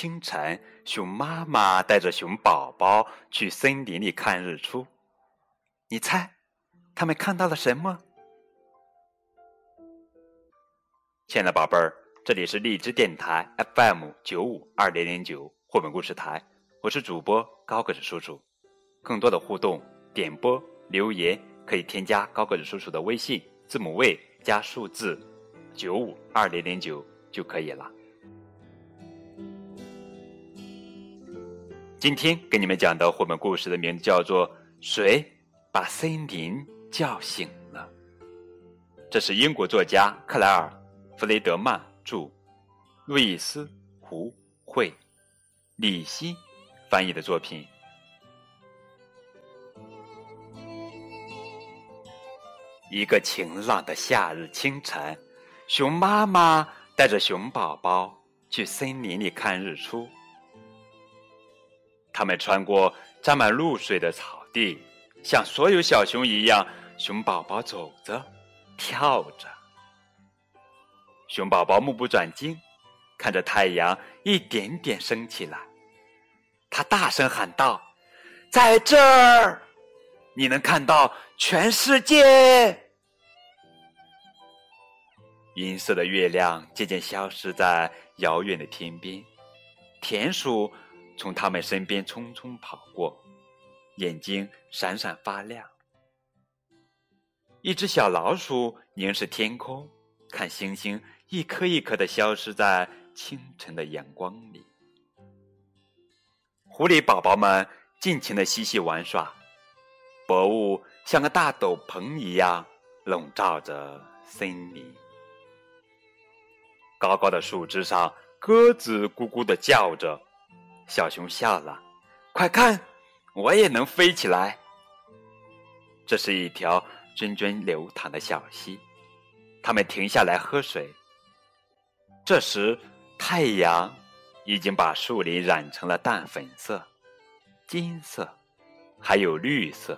清晨，熊妈妈带着熊宝宝去森林里看日出。你猜，他们看到了什么？亲爱的宝贝儿，这里是荔枝电台 FM952009绘本故事台，我是主播高个子叔叔。更多的互动、点播、留言，可以添加高个子叔叔的微信，字母 V 加数字952009就可以了。今天给你们讲的绘本故事的名字叫做《谁把森林叫醒了》，这是英国作家克莱尔·弗雷德曼著，路易斯·胡绘，李希翻译的作品。一个晴朗的夏日清晨，熊妈妈带着熊宝宝去森林里看日出。他们穿过沾满露水的草地，像所有小熊一样，熊宝宝走着，跳着。熊宝宝目不转睛，看着太阳一点点升起来。他大声喊道：“在这儿，你能看到全世界！”银色的月亮渐渐消失在遥远的天边，田鼠从他们身边匆匆跑过，眼睛闪闪发亮。一只小老鼠凝视天空，看星星一颗一颗地消失在清晨的阳光里。狐狸宝宝们尽情地嬉戏玩耍，薄雾像个大斗篷一样笼罩着森林。高高的树枝上，鸽子咕咕地叫着。小熊笑了，快看，我也能飞起来。这是一条涓涓流淌的小溪，它们停下来喝水。这时，太阳已经把树林染成了淡粉色、金色，还有绿色。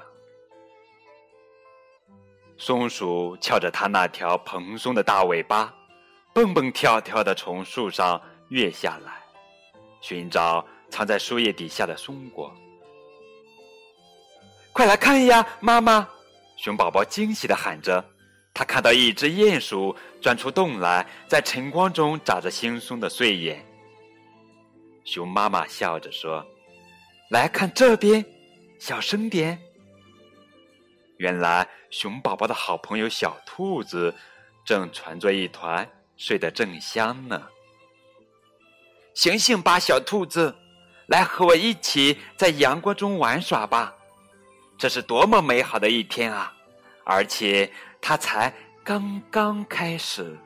松鼠翘着它那条蓬松的大尾巴，蹦蹦跳跳地从树上跃下来，寻找藏在树叶底下的松果。快来看呀，妈妈！熊宝宝惊喜地喊着，他看到一只鼹鼠钻出洞来，在晨光中眨着惺忪的睡眼。熊妈妈笑着说：“来看这边，小声点。”原来熊宝宝的好朋友小兔子正攒作一团，睡得正香呢。醒醒吧，小兔子，来和我一起在阳光中玩耍吧。这是多么美好的一天啊！而且它才刚刚开始。